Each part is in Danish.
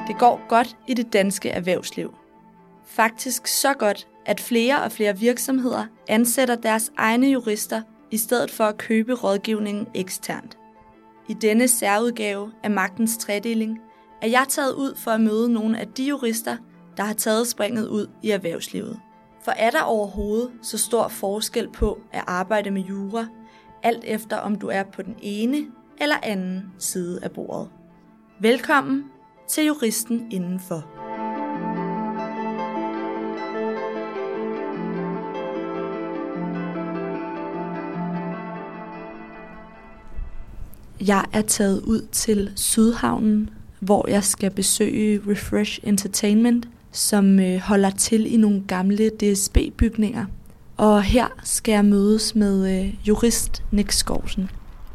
Det går godt i det danske erhvervsliv. Faktisk så godt, at flere og flere virksomheder ansætter deres egne jurister i stedet for at købe rådgivningen eksternt. I denne særudgave af Magtens Tredeling er jeg taget ud for at møde nogle af de jurister, der har taget springet ud i erhvervslivet. For er der overhovedet så stor forskel på at arbejde med jura, alt efter om du er på den ene eller anden side af bordet? Velkommen til Juristen Indenfor. Jeg er taget ud til Sydhavnen, hvor jeg skal besøge Refresh Entertainment, som holder til i nogle gamle DSB-bygninger. Og her skal jeg mødes med jurist Nick Skovsen.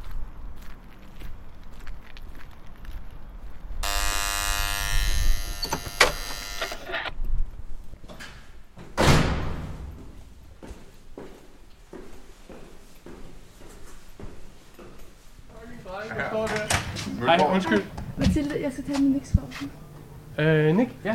Hej, undskyld. Mathilde, jeg skal tage min Nick Skovsen. Nick? Ja.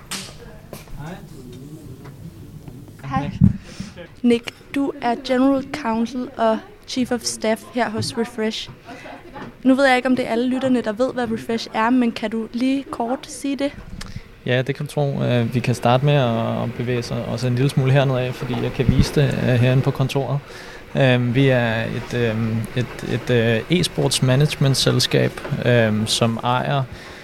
Hej. Nick, du er General Counsel og Chief of Staff her hos Refresh. Nu ved jeg ikke, om det er alle lytterne, der ved, hvad Refresh er, men kan du lige kort sige det? Ja, det kan du tro. Vi kan starte med at bevæge os en lille smule hernede af, fordi jeg kan vise det herinde på kontoret. Vi er et e-sports management selskab, som ejer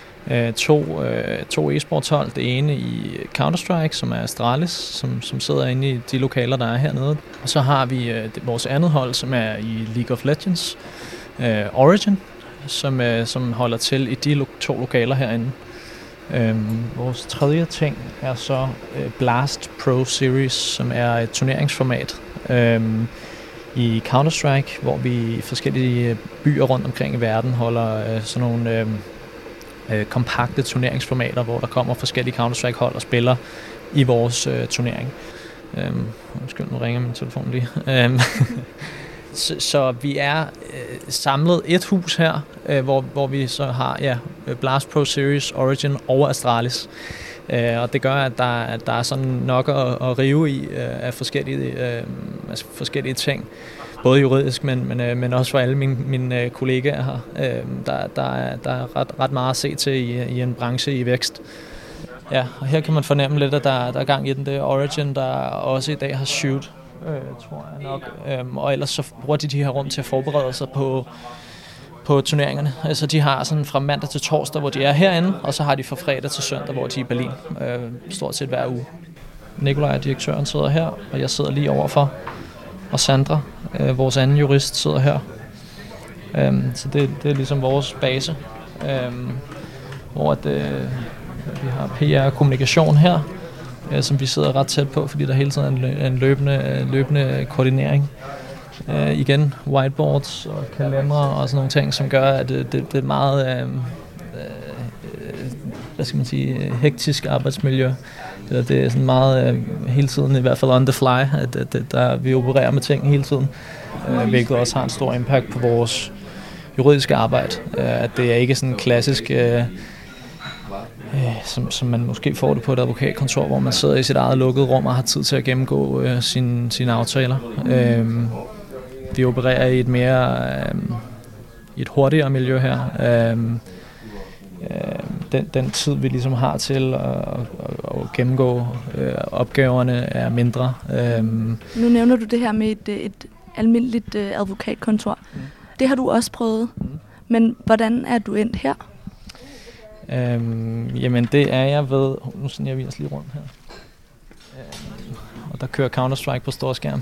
to e-sportshold. Det ene i Counter-Strike, som er Astralis, som sidder inde i de lokaler, der er hernede. Og så har vi vores andet hold, som er i League of Legends, Origin, som holder til i de to lokaler herinde. Vores tredje ting er så Blast Pro Series, som er et turneringsformat i Counter-Strike, hvor vi i forskellige byer rundt omkring i verden holder sådan nogle kompakte turneringsformater, hvor der kommer forskellige Counter-Strike-hold og spiller i vores turnering. Undskyld, nu ringer min telefon lige. Så vi er samlet et hus her, hvor vi så har Blast Pro Series, Origin og Astralis. Og det gør, at der er sådan nok at rive i af forskellige ting. Både juridisk, men også for alle mine kollegaer her. Der er ret meget at se til i en branche i vækst. Ja, og her kan man fornemme lidt, at der er gang i den. Det er Origin, der også i dag har shoot, tror jeg nok. Og ellers så bruger de her rum til at forberede sig på turneringerne. Altså de har sådan fra mandag til torsdag, hvor de er herinde, og så har de fra fredag til søndag, hvor de er i Berlin. Stort set hver uge. Nikolaj, direktøren, sidder her, og jeg sidder lige overfor. Og Sandra, vores anden jurist, sidder her. Så det er ligesom vores base, hvor vi har PR og kommunikation her, som vi sidder ret tæt på, fordi der hele tiden er en løbende koordinering. Igen whiteboards og kalendere og sådan nogle ting, som gør, at det er meget hvad skal man sige, hektisk arbejdsmiljø. Det er sådan meget hele tiden, i hvert fald on the fly, at vi opererer med ting hele tiden, hvilket også har en stor impact på vores juridiske arbejde. At det er ikke sådan klassisk, som man måske får det på et advokatkontor, hvor man sidder i sit eget lukkede rum og har tid til at gennemgå sine aftaler. Vi opererer i et hurtigere miljø her. Den tid, vi ligesom har til at gennemgå opgaverne, er mindre. Nu nævner du det her med et almindeligt advokatkontor. Det har du også prøvet. Men hvordan er du endt her? Jamen det er jeg ved. Nu sender jeg lige rundt her. Og der kører Counter-Strike på stor skærm.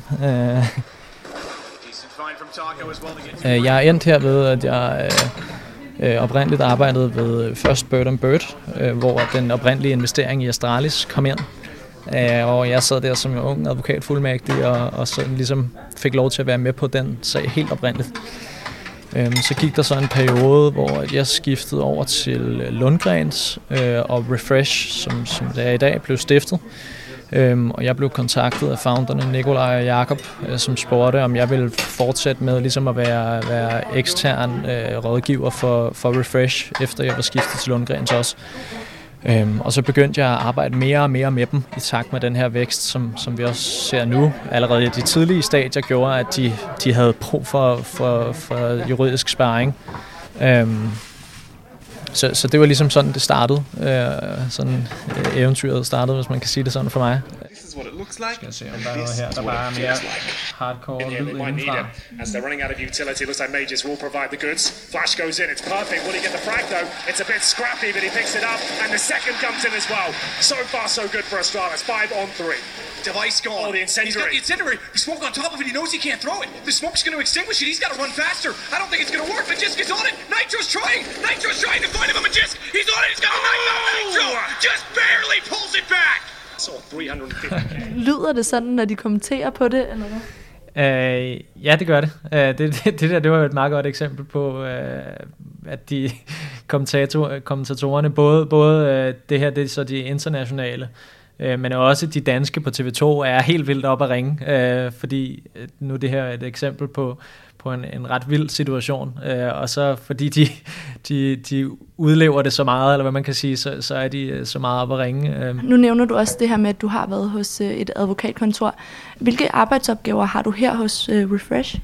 Jeg er endt her ved, at jeg oprindeligt arbejdede ved først Bird & Bird, hvor den oprindelige investering i Astralis kom ind. Og jeg sad der som ung advokatfuldmægtig og så ligesom fik lov til at være med på den sag helt oprindeligt. Så gik der så en periode, hvor jeg skiftede over til Lundgrens og Refresh, som det er i dag, blev stiftet. Og jeg blev kontaktet af founderne Nikolaj og Jakob, som spurgte, om jeg ville fortsætte med ligesom at være ekstern rådgiver for Refresh, efter jeg var skiftet til Lundgrens også. Og så begyndte jeg at arbejde mere og mere med dem i takt med den her vækst, som vi også ser nu. Allerede i de tidlige stadier gjorde, at de havde brug for juridisk sparring. Så det var ligesom sådan, det startede. Sådan eventyret startede, hvis man kan sige det sådan for mig. Skal jeg se, om der er noget her, der bare er mere hardcore lyd indenfra. As they're running out of utility, looks like Majors will provide the goods. Flash goes in, it's perfect. Will he get the frag though? It's a bit scrappy, but he picks it up, and the second comes in as well. So far, so good for Astralis. 5 on 3. Device gone. Oh, the incendiary. He's got the incendiary. The smoke on top of it. He knows he can't throw it. The smoke's going to extinguish it. He's got to run faster. I don't think it's going to work. Magisk is on it. Nitro's trying. Nitro's trying to find him. Magisk. He's on it. He's got a Nitro. Just barely pulls it back. So 350. Lyder det sådan, når de kommenterer på det, eller hvad? Ja, det gør det. Det var et meget godt eksempel på, at de kommentatorerne, både det her, det er så de internationale, men også de danske på TV2 er helt vildt op at ringe, fordi nu det her er et eksempel på en ret vild situation, og så fordi de udlever det så meget, eller hvad man kan sige, så er de så meget op at ringe. Nu nævner du også det her med, at du har været hos et advokatkontor. Hvilke arbejdsopgaver har du her hos Refresh?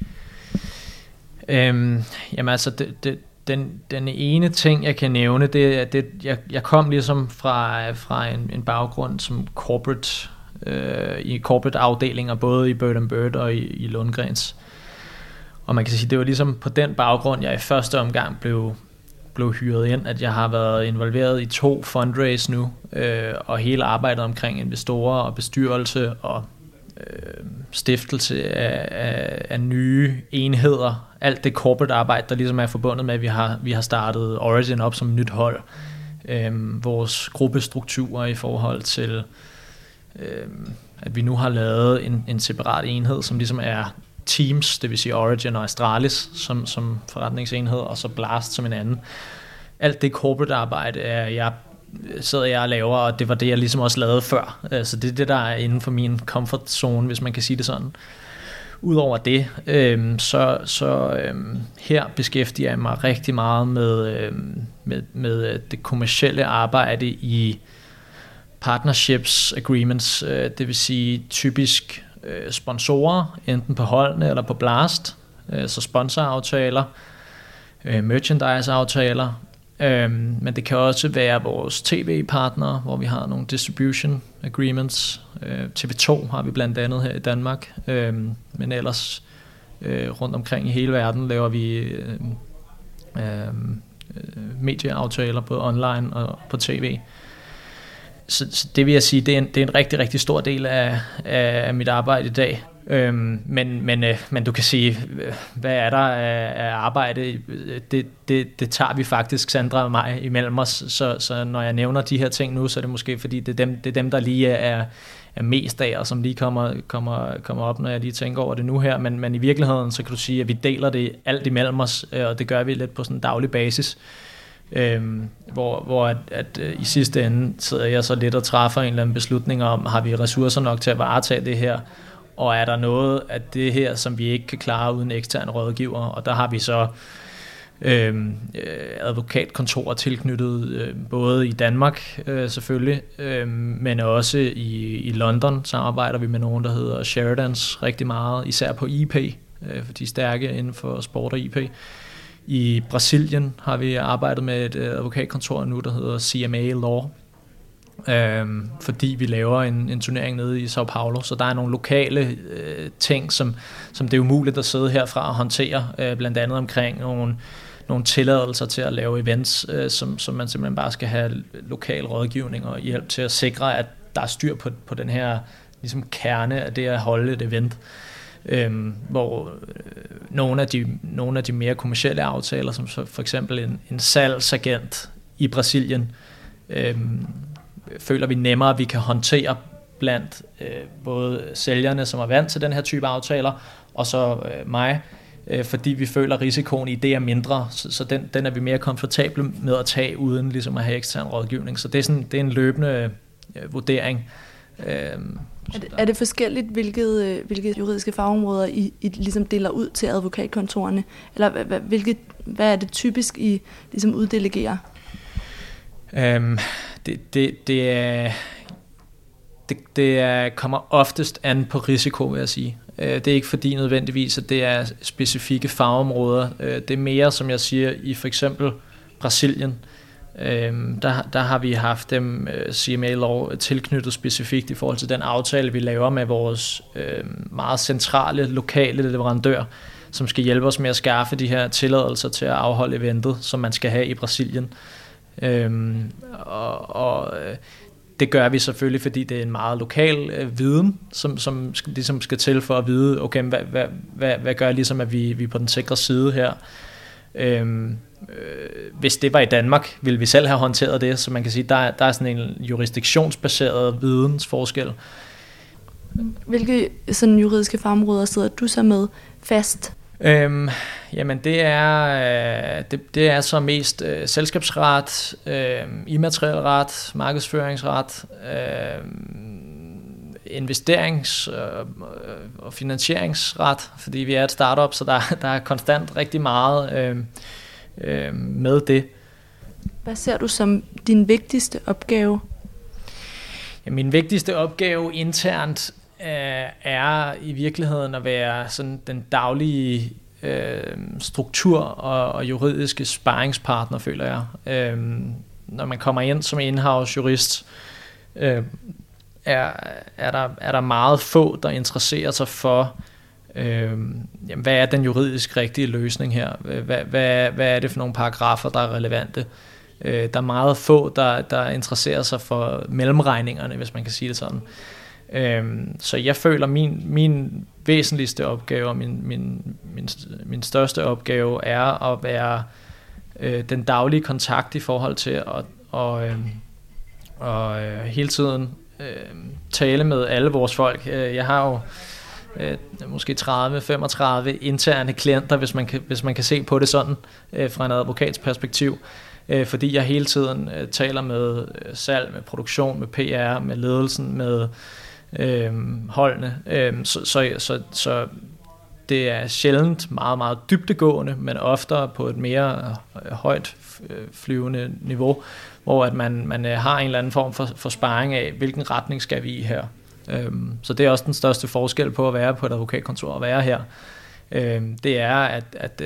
Jamen altså, den ene ting, jeg kan nævne, det er, jeg kom ligesom fra en baggrund som corporate, i corporate afdelinger, både i Bird & Bird og i Lundgrens. Og man kan sige, det var ligesom på den baggrund, jeg i første omgang blev hyret ind, at jeg har været involveret i 2 fundraise nu, og hele arbejdet omkring investorer og bestyrelse og stiftelse af nye enheder. Alt det corporate arbejde, der ligesom er forbundet med, at vi har startet Origin op som et nyt hold. Vores gruppestrukturer i forhold til, at vi nu har lavet en separat enhed, som ligesom er Teams, det vil sige Origin og Astralis som forretningsenhed, og så Blast som en anden. Alt det corporate arbejde sidder jeg og laver, og det var det, jeg ligesom også lavede før. Så det er det, der er inden for min comfort zone, hvis man kan sige det sådan. Udover det, så her beskæftiger jeg mig rigtig meget med det kommercielle arbejde i partnerships, agreements, det vil sige typisk sponsorer, enten på holdene eller på Blast, så sponsoraftaler, merchandise-aftaler, men det kan også være vores tv-partnere, hvor vi har nogle distribution agreements. TV2 har vi blandt andet her i Danmark, men ellers rundt omkring i hele verden laver vi medieaftaler både online og på tv. Så det vil jeg sige, det er en rigtig, rigtig stor del af mit arbejde i dag. Men du kan sige, hvad er der af arbejde? Det tager vi faktisk, Sandra og mig, imellem os. Så når jeg nævner de her ting nu, så er det måske fordi, det er dem der lige er mest af, og som lige kommer op, når jeg lige tænker over det nu her. Men i virkeligheden, så kan du sige, at vi deler det alt imellem os, og det gør vi lidt på sådan en daglig basis. Hvor i sidste ende sidder jeg så lidt og træffer en eller anden beslutning om, har vi ressourcer nok til at varetage det her, og er der noget af det her, som vi ikke kan klare uden eksterne rådgiver, og der har vi så advokatkontorer tilknyttet både i Danmark selvfølgelig, men også i London samarbejder vi med nogen, der hedder Sheridans rigtig meget, især på IP, for de er stærke inden for sport og IP. I Brasilien har vi arbejdet med et advokatkontor nu, der hedder CMA Law, fordi vi laver en turnering nede i São Paulo, så der er nogle lokale ting, som det er umuligt at sidde herfra og håndtere, blandt andet omkring nogle tilladelser til at lave events, som man simpelthen bare skal have lokal rådgivning og hjælp til at sikre, at der er styr på den her ligesom kerne af det at holde et event. Hvor nogle af de mere kommercielle aftaler, som for eksempel en salgsagent i Brasilien, føler vi nemmere, at vi kan håndtere blandt både sælgerne, som er vant til den her type aftaler, og så mig, fordi vi føler, at risikoen i det er mindre, så den er vi mere komfortable med at tage, uden ligesom at have ekstern rådgivning. Så det er en løbende vurdering. Er det forskelligt, hvilke juridiske fagområder I ligesom deler ud til advokatkontorerne? Eller hvad er det typisk, I ligesom uddelegerer? Det kommer oftest an på risiko, vil jeg sige. Det er ikke fordi nødvendigvis, at det er specifikke fagområder. Det er mere, som jeg siger, i for eksempel Brasilien. Der har vi haft dem CMA-lov tilknyttet specifikt i forhold til den aftale, vi laver med vores meget centrale, lokale leverandør, som skal hjælpe os med at skaffe de her tilladelser til at afholde eventet, som man skal have i Brasilien. Det gør vi selvfølgelig, fordi det er en meget lokal viden, som ligesom skal til for at vide, okay, hvad gør ligesom, at vi er på den sikre side her. Hvis det var i Danmark, ville vi selv have håndteret det, så man kan sige, der er sådan en jurisdiktionsbaseret vidensforskel. Hvilke sådan juridiske fagområder sidder du så med fast? Jamen det er så mest selskabsret, immateriel ret, markedsføringsret, investerings- og finansieringsret, fordi vi er et startup, så der er konstant rigtig meget med det. Hvad ser du som din vigtigste opgave? Ja, min vigtigste opgave internt er i virkeligheden at være sådan den daglige struktur og juridiske sparringspartner, føler jeg. Når man kommer ind som in-house jurist, er der meget få, der interesserer sig for, hvad er den juridisk rigtige løsning her? Hvad er det for nogle paragrafer, der er relevante? Der er meget få, der interesserer sig for mellemregningerne, hvis man kan sige det sådan. Så jeg føler, min væsentligste opgave og min største opgave er at være den daglige kontakt i forhold til at hele tiden tale med alle vores folk. Jeg har jo måske 30-35 interne klienter, hvis man kan se på det sådan fra en advokats perspektiv, fordi jeg hele tiden taler med salg, med produktion, med PR, med ledelsen, med holdene. Så det er sjældent meget, meget dybdegående, men oftere på et mere højt flyvende niveau, hvor at man har en eller anden form for sparring af, hvilken retning skal vi i her. Så det er også den største forskel på at være på et advokatkontor og være her. Det er, at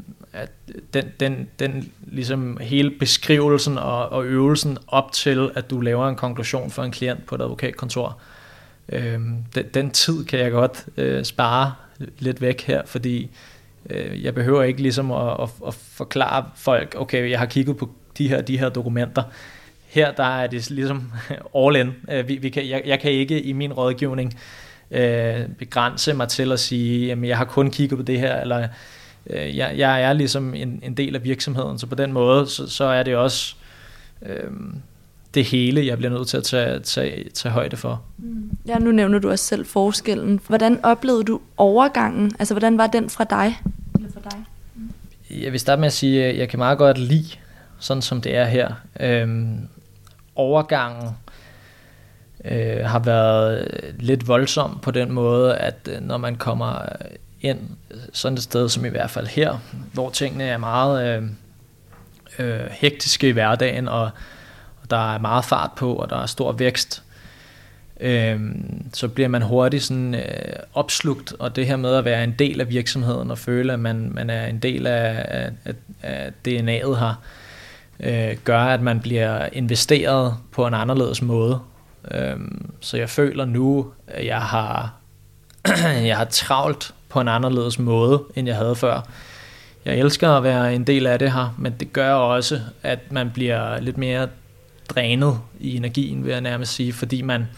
den ligesom hele beskrivelsen og øvelsen op til, at du laver en konklusion for en klient på et advokatkontor, den tid kan jeg godt spare lidt væk her, fordi jeg behøver ikke ligesom at forklare folk, okay, jeg har kigget på de her dokumenter. Her der er det ligesom all in. Jeg kan ikke i min rådgivning begrænse mig til at sige, jamen jeg har kun kigget på det her, eller jeg er ligesom en del af virksomheden, så på den måde, så er det også det hele, jeg bliver nødt til at tage højde for. Ja, nu nævner du også selv forskellen. Hvordan oplevede du overgangen? Altså, hvordan var den fra dig? Eller for dig? Jeg vil starte med at sige, at jeg kan meget godt lide, sådan som det er her. Overgangen har været lidt voldsom på den måde, at når man kommer ind sådan et sted som i hvert fald her, hvor tingene er meget hektiske i hverdagen, og der er meget fart på, og der er stor vækst, så bliver man hurtigt sådan opslugt, og det her med at være en del af virksomheden og føle, at man er en del af DNA'et her, gør, at man bliver investeret på en anderledes måde. Så jeg føler nu, at jeg har travlt på en anderledes måde, end jeg havde før. Jeg elsker at være en del af det her, men det gør også, at man bliver lidt mere drænet i energien, vil jeg nærmest sige, fordi man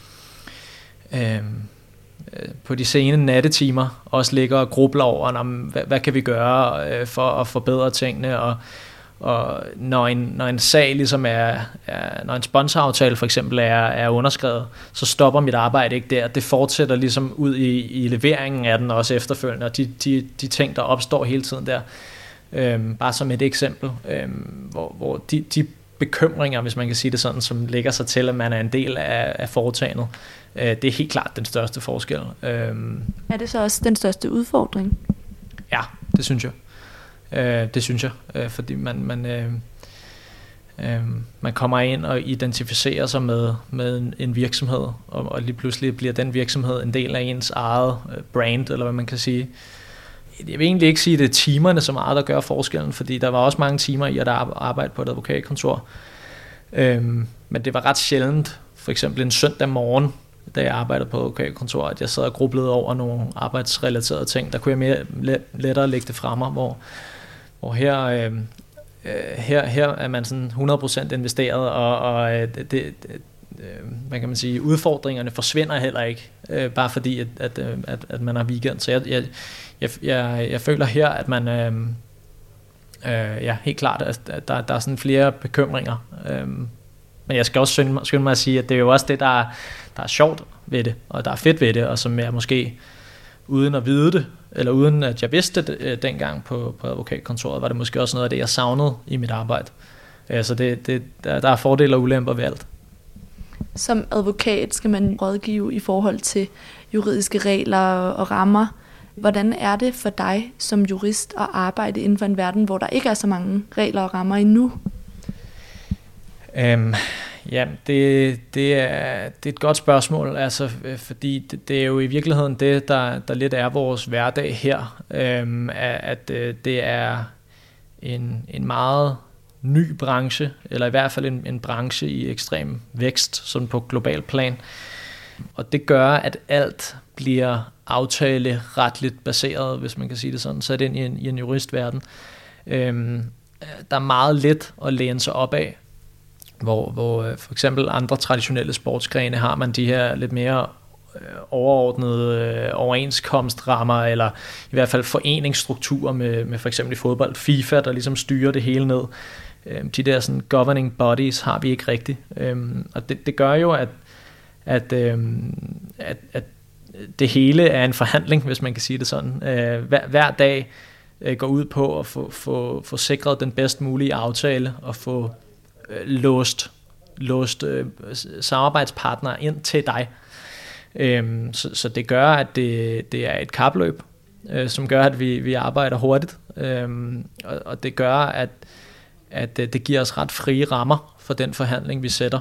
på de sene nattetimer også ligger og grubler over, hvad kan vi gøre for at forbedre tingene, og når en sag ligesom når en sponsoraftale for eksempel er underskrevet, så stopper mit arbejde ikke der. Det fortsætter ligesom ud i leveringen af den også efterfølgende, og de ting, der opstår hele tiden der. Bare som et eksempel, hvor de bekymringer, hvis man kan sige det sådan, som lægger sig til, at man er en del af foretagendet, det er helt klart den største forskel. Er det så også den største udfordring? Ja, det synes jeg. Fordi Man kommer ind og identificerer sig med en virksomhed, og lige pludselig bliver den virksomhed en del af ens eget brand, eller hvad man kan sige. Jeg vil egentlig ikke sige, at det er timerne så meget, der gør forskellen, fordi der var også mange timer i at arbejde på et advokatkontor. Men det var ret sjældent, for eksempel en søndag morgen, da jeg arbejdede på advokatkontor, at jeg sad og grublede over nogle arbejdsrelaterede ting. Der kunne jeg mere lettere lægge det fra mig, hvor her er man sådan 100% investeret, og hvad kan man sige, udfordringerne forsvinder heller ikke, bare fordi at man har weekend. Så jeg føler her, at man helt klart, at der er sådan flere bekymringer. Men jeg skal også skynde mig at sige, at det er jo også det, der er sjovt ved det, og der er fedt ved det, og som jeg måske uden at vide det, eller uden at jeg vidste det dengang på advokatkontoret, var det måske også noget af det, jeg savnede i mit arbejde. Så der er fordele og ulemper ved alt. Som advokat skal man rådgive i forhold til juridiske regler og rammer. Hvordan er det for dig som jurist at arbejde inden for en verden, hvor der ikke er så mange regler og rammer endnu? Ja, det er et godt spørgsmål, altså, fordi det er jo i virkeligheden det, der lidt er vores hverdag her, at det er en meget ny branche, eller i hvert fald en branche i ekstrem vækst, sådan på global plan. Og det gør, at alt bliver aftaleretligt baseret, hvis man kan sige det sådan, sat ind i en juristverden. Der er meget let at læne sig op af, hvor for eksempel andre traditionelle sportsgrene har man de her lidt mere overordnede overenskomstrammer, eller i hvert fald foreningsstrukturer med for eksempel i fodbold FIFA, der ligesom styrer det hele ned. De der sådan governing bodies har vi ikke rigtigt. Og det gør jo, at det hele er en forhandling, hvis man kan sige det sådan. Hver dag går ud på at få sikret den bedst mulige aftale og få låst samarbejdspartnere ind til dig. Så det gør, at det er et kapløb, som gør, at vi arbejder hurtigt. Og det gør, at det giver os ret frie rammer for den forhandling, vi sætter.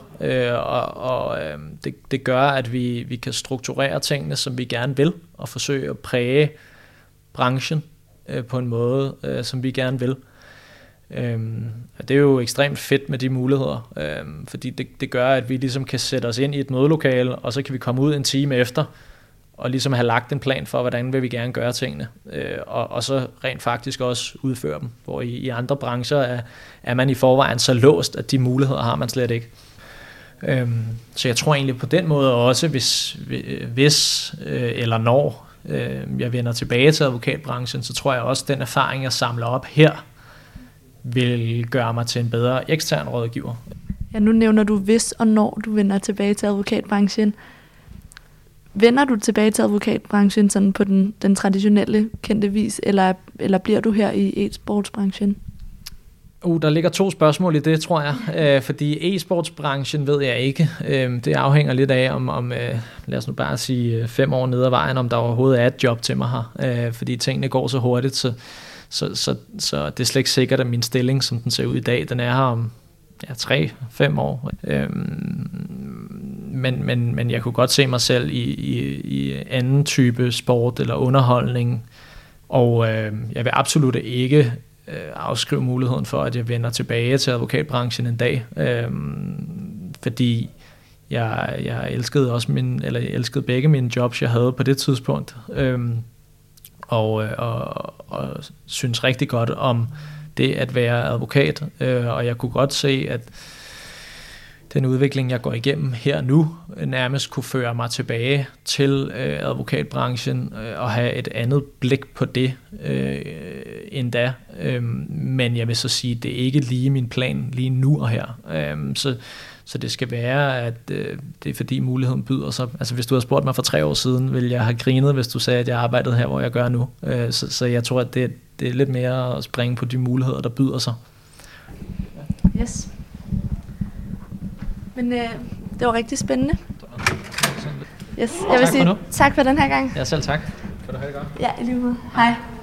Det gør, at vi kan strukturere tingene, som vi gerne vil, og forsøge at præge branchen på en måde, som vi gerne vil. Det er jo ekstremt fedt med de muligheder, fordi det gør, at vi ligesom kan sætte os ind i et mødelokale, og så kan vi komme ud en time efter, og ligesom have lagt en plan for, hvordan vil vi gerne gøre tingene, og så rent faktisk også udføre dem, hvor i andre brancher er man i forvejen så låst, at de muligheder har man slet ikke. Så jeg tror egentlig på den måde også, hvis eller når jeg vender tilbage til advokatbranchen, så tror jeg også, at den erfaring, jeg samler op her, vil gøre mig til en bedre ekstern rådgiver. Ja, nu nævner du hvis og når du vender tilbage til advokatbranchen. Vender du tilbage til advokatbranchen sådan på den traditionelle kendte vis, eller bliver du her i e-sportsbranchen? Der ligger 2 spørgsmål i det, tror jeg. Fordi e-sportsbranchen ved jeg ikke. Det afhænger lidt af, om lad os nu bare sige 5 år ned ad vejen, om der overhovedet er et job til mig her. Fordi tingene går så hurtigt, så det er slet ikke sikkert, at min stilling, som den ser ud i dag, den er her om 3-5 år. Men jeg kunne godt se mig selv i anden type sport eller underholdning, og jeg vil absolut ikke afskrive muligheden for, at jeg vender tilbage til advokatbranchen en dag, fordi jeg elskede også jeg elskede begge mine jobs, jeg havde på det tidspunkt, og synes rigtig godt om det at være advokat, og jeg kunne godt se, at den udvikling, jeg går igennem her nu, nærmest kunne føre mig tilbage til advokatbranchen og have et andet blik på det end da. Men jeg vil så sige, at det er ikke lige min plan lige nu og her. Så det skal være, at det er fordi muligheden byder sig. Altså hvis du havde spurgt mig for 3 år siden, ville jeg have grinet, hvis du sagde, at jeg arbejdede her, hvor jeg gør nu. Så jeg tror, at det er lidt mere at springe på de muligheder, der byder sig. Yes. Men det var rigtig spændende. Yes. Jeg vil sige tak for den her gang. Ja, selv tak. Kan du have det godt? Ja, i lige måde. Hej.